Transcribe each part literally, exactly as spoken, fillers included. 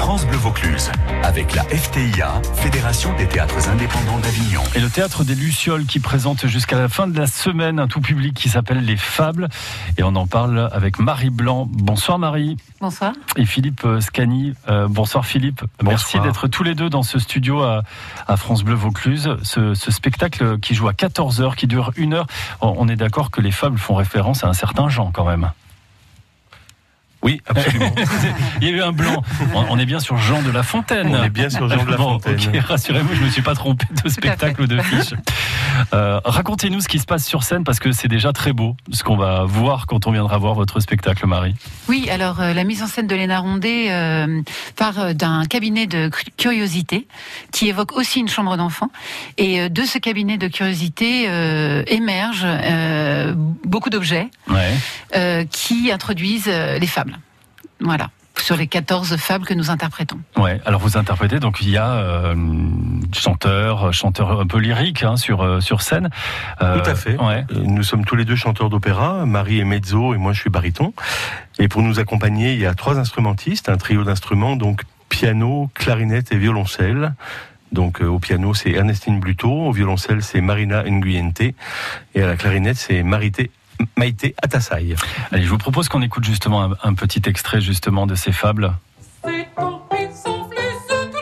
France Bleu Vaucluse, avec la F T I A, Fédération des théâtres indépendants d'Avignon. Et le théâtre des Lucioles qui présente jusqu'à la fin de la semaine un tout public qui s'appelle Les Fables. Et on en parle avec Marie Blanc. Bonsoir Marie. Bonsoir. Et Philippe Scani. Euh, bonsoir Philippe. Bonsoir. Merci d'être tous les deux dans ce studio à, à France Bleu Vaucluse. Ce, ce spectacle qui joue à quatorze heures, qui dure une heure. On est d'accord que Les Fables font référence à un certain Jean quand même. Oui, absolument. Il y a eu un blanc. On est bien sur Jean de La Fontaine. On est bien sur Jean de La bon, Fontaine. Okay, rassurez-vous, je ne me suis pas trompé de spectacle ou de fiche. Euh, racontez-nous ce qui se passe sur scène, parce que c'est déjà très beau, ce qu'on va voir quand on viendra voir votre spectacle, Marie. Oui, alors euh, la mise en scène de Léna Rondet euh, part d'un cabinet de curiosité qui évoque aussi une chambre d'enfant. Et euh, de ce cabinet de curiosité euh, émergent euh, beaucoup d'objets ouais. euh, qui introduisent euh, les fables. Voilà, sur les quatorze fables que nous interprétons. Ouais, alors vous interprétez, donc il y a euh, chanteur, chanteur un peu lyrique hein, sur, euh, sur scène. Euh, Tout à fait. Ouais. Nous sommes tous les deux chanteurs d'opéra, Marie est mezzo et moi je suis baryton. Et pour nous accompagner, il y a trois instrumentistes, un trio d'instruments, donc piano, clarinette et violoncelle. Donc euh, au piano c'est Ernestine Bluto, au violoncelle c'est Marina Nguyente et à la clarinette c'est Marité Maïté Atassai. Allez, je vous propose qu'on écoute justement un, un petit extrait justement de ces fables. C'est ton puissant fils de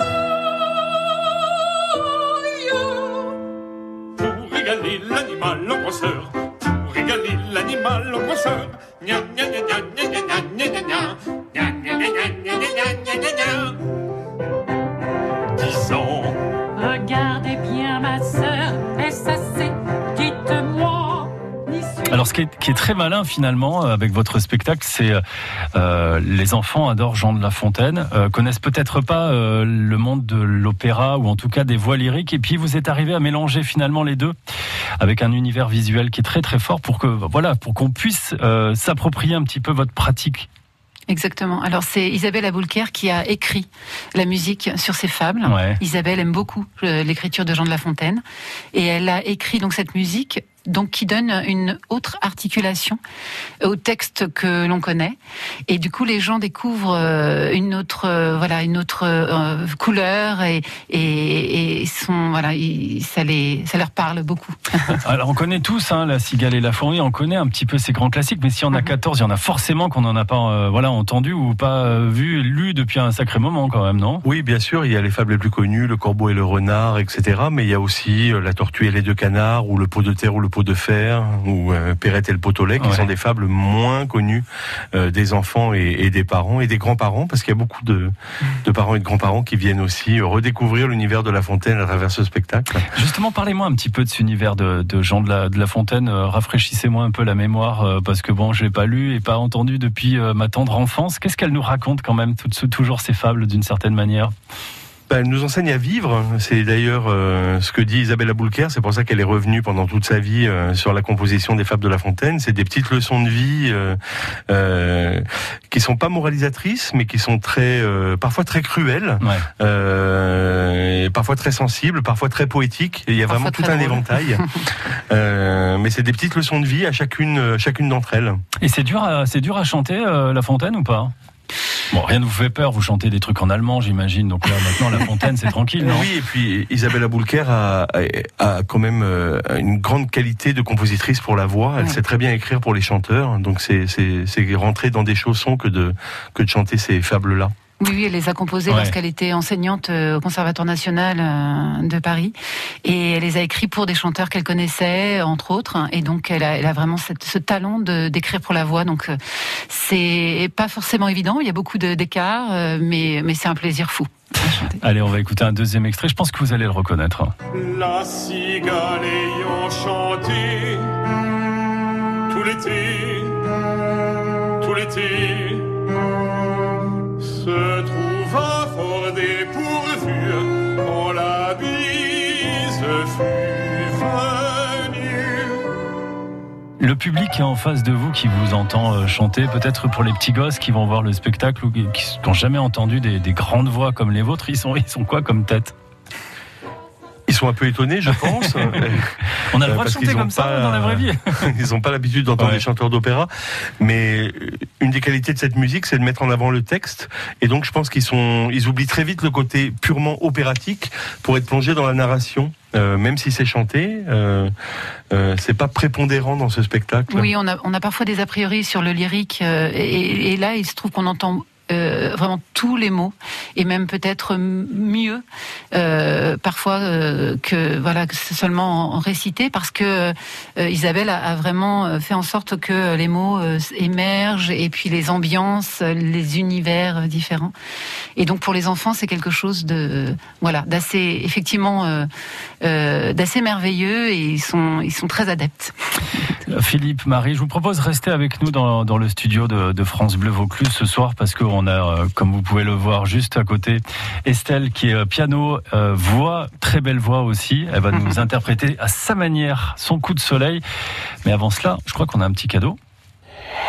pour régaler l'animal en grosseur, pour régaler l'animal en grosseur. Gna gna gna gna gna gna gna gna gna gna gna gna gna gna. Disons. Regardez bien ma sœur, et ça c'est, dites-moi. Alors ce qui est, qui est très malin finalement avec votre spectacle, c'est euh, les enfants adorent Jean de La Fontaine, euh, connaissent peut-être pas euh, le monde de l'opéra ou en tout cas des voix lyriques, et puis vous êtes arrivé à mélanger finalement les deux avec un univers visuel qui est très très fort pour que voilà pour qu'on puisse euh, s'approprier un petit peu votre pratique. Exactement. Alors c'est Isabelle Aboulker qui a écrit la musique sur ces fables. Ouais. Isabelle aime beaucoup l'écriture de Jean de La Fontaine et elle a écrit donc cette musique donc qui donne une autre articulation au texte que l'on connaît et du coup les gens découvrent une autre euh, voilà une autre euh, couleur et et, et sont voilà ils, ça les ça leur parle beaucoup. Alors on connaît tous hein, La Cigale et la Fourmi, on connaît un petit peu ces grands classiques, mais s'il y en a quatorze, il y en a forcément qu'on n'en a pas euh, voilà entendu ou pas euh, vu lu depuis un sacré moment quand même, non? Oui, bien sûr, il y a les fables les plus connues, le corbeau et le renard, et cetera. Mais il y a aussi la tortue et les deux canards, ou le pot de terre ou le pot de fer, ou euh, Perrette et le pot au lait, qui ouais. sont des fables moins connues euh, des enfants et, et des parents et des grands-parents, parce qu'il y a beaucoup de, de parents et de grands-parents qui viennent aussi redécouvrir l'univers de La Fontaine à travers ce spectacle. Justement, parlez-moi un petit peu de cet univers de, de Jean de la, de la Fontaine. Euh, rafraîchissez-moi un peu la mémoire, euh, parce que bon, je l'ai pas lu et pas entendu depuis euh, ma tendre enfance. Qu'est-ce qu'elle nous raconte quand même, tout, toujours ces fables d'une certaine manière? Elle nous enseigne à vivre. C'est d'ailleurs euh, ce que dit Isabelle Aboulker. C'est pour ça qu'elle est revenue pendant toute sa vie euh, sur la composition des fables de La Fontaine. C'est des petites leçons de vie euh, euh, qui sont pas moralisatrices, mais qui sont très, euh, parfois très cruelles, ouais. euh, et parfois très sensibles, parfois très poétiques. Et il y a parfois vraiment tout un drôle. éventail. euh, mais c'est des petites leçons de vie à chacune, chacune d'entre elles. Et c'est dur, à, c'est dur à chanter euh, La Fontaine ou pas? Bon, rien ne vous fait peur, vous chantez des trucs en allemand, j'imagine, donc là, maintenant, La Fontaine, c'est tranquille, non? Oui, et puis Isabelle Aboulker a, a quand même une grande qualité de compositrice pour la voix, elle ouais. sait très bien écrire pour les chanteurs, donc c'est, c'est, c'est rentrer dans des chaussons que de, que de chanter ces fables-là. Oui, oui, elle les a composées ouais. lorsqu'elle était enseignante au Conservatoire National de Paris. Et elle les a écrits pour des chanteurs qu'elle connaissait, entre autres. Et donc, elle a, elle a vraiment cette, ce talent de, d'écrire pour la voix. Donc, c'est pas forcément évident. Il y a beaucoup de, d'écarts, mais, mais c'est un plaisir fou. Allez, on va écouter un deuxième extrait. Je pense que vous allez le reconnaître. La cigale ayant chanté tout l'été, tout l'été, se trouva fort dépourvu quand la bise fut venue. Le public est en face de vous qui vous entend chanter, peut-être pour les petits gosses qui vont voir le spectacle ou qui n'ont jamais entendu des, des grandes voix comme les vôtres, ils sont, ils sont quoi comme tête? Ils sont un peu étonnés, je pense. On a le droit de Parce chanter qu'ils ont comme ça pas- dans la vraie vie. Ils n'ont pas l'habitude d'entendre Ouais. des chanteurs d'opéra, mais une des qualités de cette musique, c'est de mettre en avant le texte. Et donc, je pense qu'ils sont, ils oublient très vite le côté purement opératique pour être plongés dans la narration. Euh, même si c'est chanté, euh, euh, c'est pas prépondérant dans ce spectacle. Oui, on a, on a parfois des a priori sur le lyrique, euh, et, et là, il se trouve qu'on entend euh, vraiment tous les mots, et même peut-être mieux euh, parfois euh, que voilà que c'est seulement en, en récité, parce que euh, Isabelle a, a vraiment fait en sorte que les mots euh, émergent, et puis les ambiances, les univers différents. Et donc pour les enfants, c'est quelque chose de voilà d'assez effectivement euh, euh, d'assez merveilleux, et ils sont ils sont très adeptes. Philippe, Marie, je vous propose de rester avec nous dans, dans le studio de, de France Bleu Vaucluse ce soir, parce qu'on a, euh, comme vous pouvez le voir juste à côté, Estelle qui est piano, euh, voix, très belle voix aussi. Elle va nous interpréter à sa manière son coup de soleil. Mais avant cela, je crois qu'on a un petit cadeau.